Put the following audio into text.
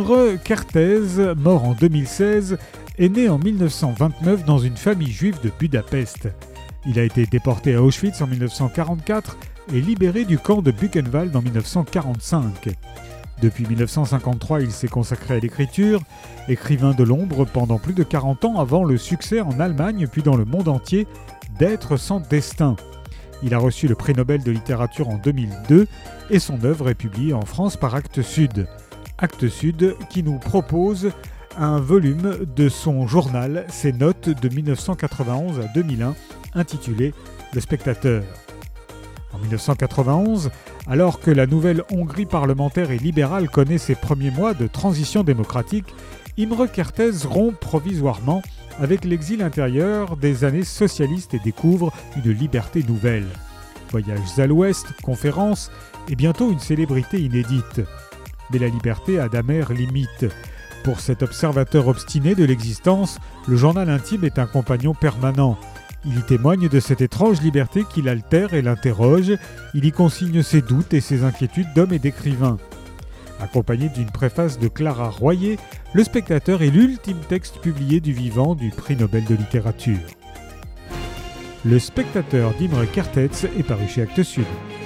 Imre Kertész, mort en 2016, est né en 1929 dans une famille juive de Budapest. Il a été déporté à Auschwitz en 1944 et libéré du camp de Buchenwald en 1945. Depuis 1953, il s'est consacré à l'écriture, écrivain de l'ombre pendant plus de 40 ans avant le succès en Allemagne puis dans le monde entier d'Être sans destin. Il a reçu le prix Nobel de littérature en 2002 et son œuvre est publiée en France par Actes Sud. Actes Sud qui nous propose un volume de son journal, ses notes de 1991 à 2001, intitulé « Le Spectateur ». En 1991, alors que la nouvelle Hongrie parlementaire et libérale connaît ses premiers mois de transition démocratique, Imre Kertész rompt provisoirement avec l'exil intérieur des années socialistes et découvre une liberté nouvelle. Voyages à l'ouest, conférences et bientôt une célébrité inédite. Mais la liberté a d'amères limites. Pour cet observateur obstiné de l'existence, le journal intime est un compagnon permanent. Il y témoigne de cette étrange liberté qui l'altère et l'interroge. Il y consigne ses doutes et ses inquiétudes d'homme et d'écrivain. Accompagné d'une préface de Clara Royer, Le Spectateur est l'ultime texte publié du vivant du prix Nobel de littérature. Le Spectateur d'Imre Kertész est paru chez Actes Sud.